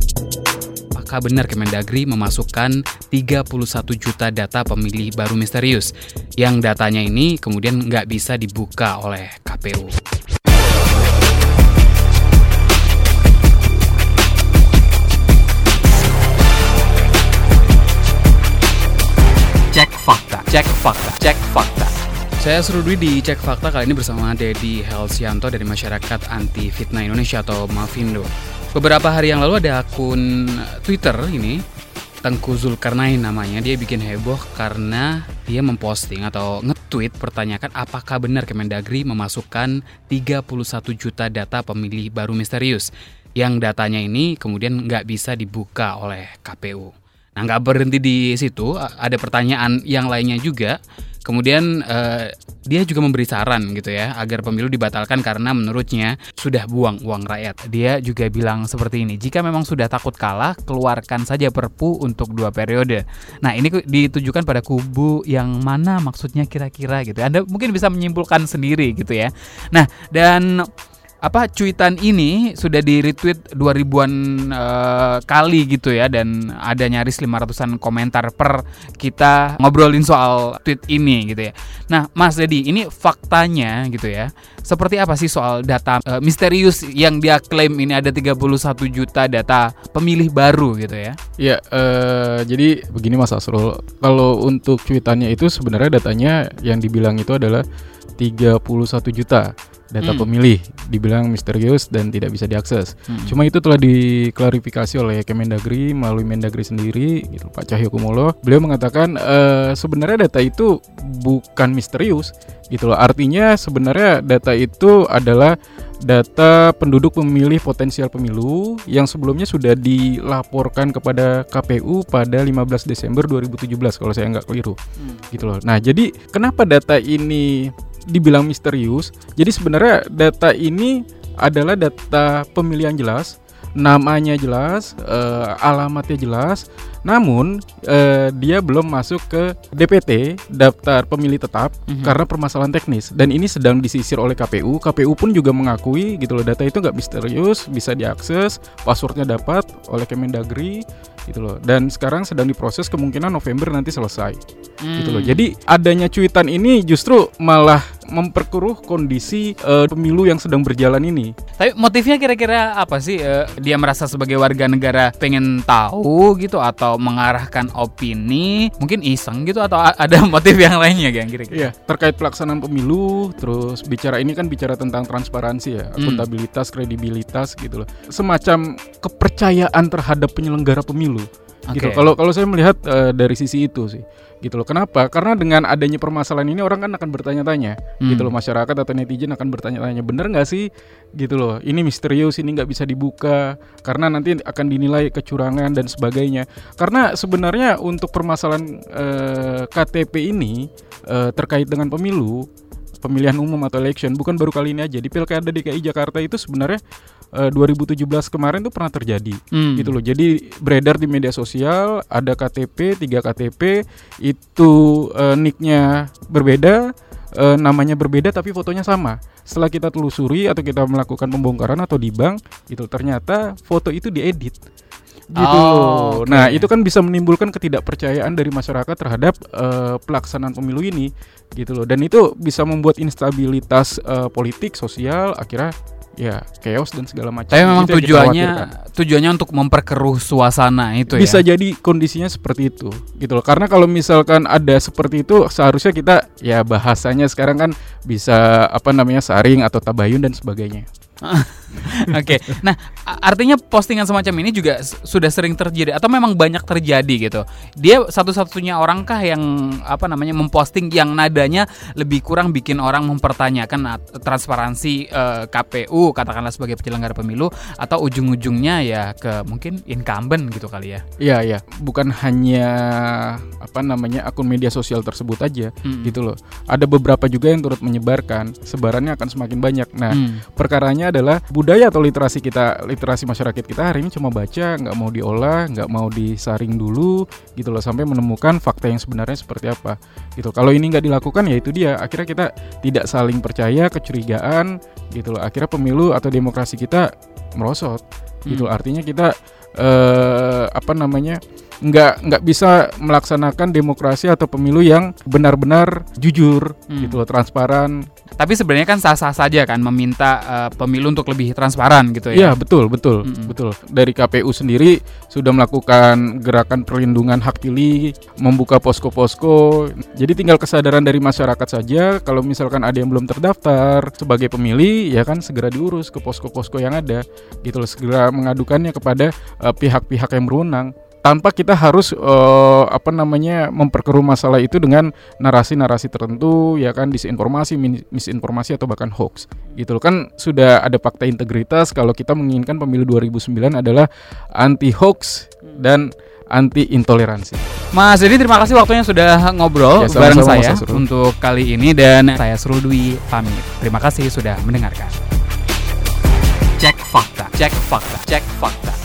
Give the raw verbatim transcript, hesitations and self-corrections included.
Apakah benar Kemendagri memasukkan tiga puluh satu juta data pemilih baru misterius yang datanya ini kemudian nggak bisa dibuka oleh K P U? Cek fakta, cek fakta, cek fakta. Saya Surudwi di Cek Fakta kali ini bersama Dedi Helsianto dari Masyarakat Anti Fitnah Indonesia atau Mafindo. Beberapa hari yang lalu ada akun Twitter ini, Tengku Zulkarnain namanya, dia bikin heboh karena dia memposting atau nge-tweet pertanyakan apakah benar Kemendagri memasukkan tiga puluh satu juta data pemilih baru misterius yang datanya ini kemudian nggak bisa dibuka oleh K P U. Nah, nggak berhenti di situ, ada pertanyaan yang lainnya juga. Kemudian eh, dia juga memberi saran gitu ya agar pemilu dibatalkan karena menurutnya sudah buang uang rakyat. Dia juga bilang seperti ini, jika memang sudah takut kalah, keluarkan saja Perpu untuk dua periode. Nah, ini ditujukan pada kubu yang mana maksudnya kira-kira gitu. Anda mungkin bisa menyimpulkan sendiri gitu ya. Nah, dan apa cuitan ini sudah di-retweet dua ribuan uh, kali gitu ya, dan ada nyaris lima ratusan komentar per kita ngobrolin soal tweet ini gitu ya. Nah, Mas Dedi, ini faktanya gitu ya, seperti apa sih soal data uh, misterius yang dia klaim ini ada tiga puluh satu juta data pemilih baru gitu ya? Ya, uh, jadi begini Mas Asrul, kalau untuk cuitannya itu sebenarnya datanya yang dibilang itu adalah tiga puluh satu juta data hmm. pemilih, dibilang misterius dan tidak bisa diakses. Hmm. Cuma itu telah diklarifikasi oleh Kemendagri melalui Mendagri sendiri, gitu, Pak Cahyokumolo. Beliau mengatakan e, sebenarnya data itu bukan misterius, gitu loh. Artinya sebenarnya data itu adalah data penduduk pemilih potensial pemilu yang sebelumnya sudah dilaporkan kepada K P U pada lima belas Desember dua ribu tujuh belas kalau saya nggak keliru, hmm. gitu loh. Nah, jadi kenapa data ini dibilang misterius? Jadi sebenarnya data ini adalah data pemilihan jelas, namanya jelas, uh, alamatnya jelas, namun uh, dia belum masuk ke D P T, daftar pemilih tetap, mm-hmm. karena permasalahan teknis, dan ini sedang disisir oleh K P U. K P U pun juga mengakui gitu loh, data itu nggak misterius, bisa diakses, passwordnya dapat oleh Kemendagri gitu loh, dan sekarang sedang diproses, kemungkinan November nanti selesai, hmm. gitu loh. Jadi adanya cuitan ini justru malah memperkeruh kondisi uh, pemilu yang sedang berjalan ini. Tapi motifnya kira-kira apa sih? Uh, dia merasa sebagai warga negara pengen tahu gitu, atau mengarahkan opini, mungkin iseng gitu, atau a- ada motif yang lainnya yang kira-kira? Iya, terkait pelaksanaan pemilu, terus bicara ini kan bicara tentang transparansi ya, akuntabilitas, hmm. kredibilitas gitu loh. Semacam kepercayaan terhadap penyelenggara pemilu. Gitu. Kalau kalau saya melihat uh, dari sisi itu sih, gitu loh. Kenapa? Karena dengan adanya permasalahan ini orang kan akan bertanya-tanya, hmm. gitu loh, masyarakat atau netizen akan bertanya-tanya, bener nggak sih, gitu loh, ini misterius, ini nggak bisa dibuka karena nanti akan dinilai kecurangan dan sebagainya. Karena sebenarnya untuk permasalahan uh, K T P ini uh, terkait dengan pemilu, pemilihan umum atau election, bukan baru kali ini aja. Di Pilkada D K I Jakarta itu sebenarnya uh, dua ribu tujuh belas kemarin tuh pernah terjadi, hmm. gitu loh. Jadi beredar di media sosial ada K T P, tiga K T P itu uh, nicknya berbeda, uh, namanya berbeda tapi fotonya sama. Setelah kita telusuri atau kita melakukan pembongkaran atau di bank, itu ternyata foto itu diedit. Gitu. Oh, okay. Nah, itu kan bisa menimbulkan ketidakpercayaan dari masyarakat terhadap uh, pelaksanaan pemilu ini, gitu loh. Dan itu bisa membuat instabilitas uh, politik, sosial, akhirnya ya chaos dan segala macam. Tapi memang tujuannya tujuannya untuk memperkeruh suasana itu bisa ya. Bisa jadi kondisinya seperti itu, gitu loh. Karena kalau misalkan ada seperti itu, seharusnya kita ya bahasanya sekarang kan bisa apa namanya saring atau tabayun dan sebagainya. Oke, okay. Nah artinya postingan semacam ini juga sudah sering terjadi atau memang banyak terjadi gitu. Dia satu-satunya orangkah yang apa namanya memposting yang nadanya lebih kurang bikin orang mempertanyakan transparansi uh, K P U katakanlah sebagai penyelenggara pemilu, atau ujung-ujungnya ya ke mungkin incumbent gitu kali ya? Iya iya, bukan hanya apa namanya akun media sosial tersebut aja, hmm. gitu loh. Ada beberapa juga yang turut menyebarkan, sebarannya akan semakin banyak. Nah hmm. perkaranya adalah budaya atau literasi kita, literasi masyarakat kita hari ini cuma baca, nggak mau diolah, nggak mau disaring dulu, gitu loh, sampai menemukan fakta yang sebenarnya seperti apa, gitu. Kalau ini nggak dilakukan, ya itu dia, akhirnya kita tidak saling percaya, kecurigaan, gitu loh. Akhirnya pemilu atau demokrasi kita merosot, gitu. Artinya kita eh, apa namanya nggak nggak bisa melaksanakan demokrasi atau pemilu yang benar-benar jujur hmm. gitu loh, transparan. Tapi sebenarnya kan sah-sah saja kan meminta uh, pemilu untuk lebih transparan gitu ya. Iya, betul, betul, mm-hmm. betul. Dari K P U sendiri sudah melakukan gerakan perlindungan hak pilih, membuka posko-posko. Jadi tinggal kesadaran dari masyarakat saja. Kalau misalkan ada yang belum terdaftar sebagai pemilih, ya kan segera diurus ke posko-posko yang ada. Gitu loh, segera mengadukannya kepada uh, pihak-pihak yang berwenang. Tanpa kita harus uh, apa namanya memperkeruh masalah itu dengan narasi-narasi tertentu, ya kan, disinformasi, misinformasi atau bahkan hoax. Gitu loh, kan sudah ada fakta integritas kalau kita menginginkan pemilu dua ribu sembilan adalah anti hoax dan anti intoleransi. Mas Dedi, terima kasih waktunya sudah ngobrol ya, bareng saya untuk kali ini, dan saya Srul Dwi pamit. Terima kasih sudah mendengarkan. Cek fakta, cek fakta, cek fakta.